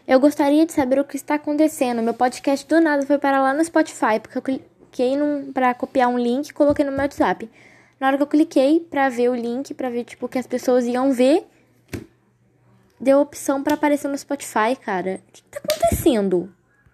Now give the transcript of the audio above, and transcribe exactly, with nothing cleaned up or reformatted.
Eu gostaria de saber o que está acontecendo. Meu podcast do nada foi parar lá no Spotify, porque eu cliquei num, pra copiar um link e coloquei no meu WhatsApp. Na hora que eu cliquei pra ver o link, pra ver, tipo, que as pessoas iam ver, deu opção pra aparecer no Spotify, cara. O que tá acontecendo?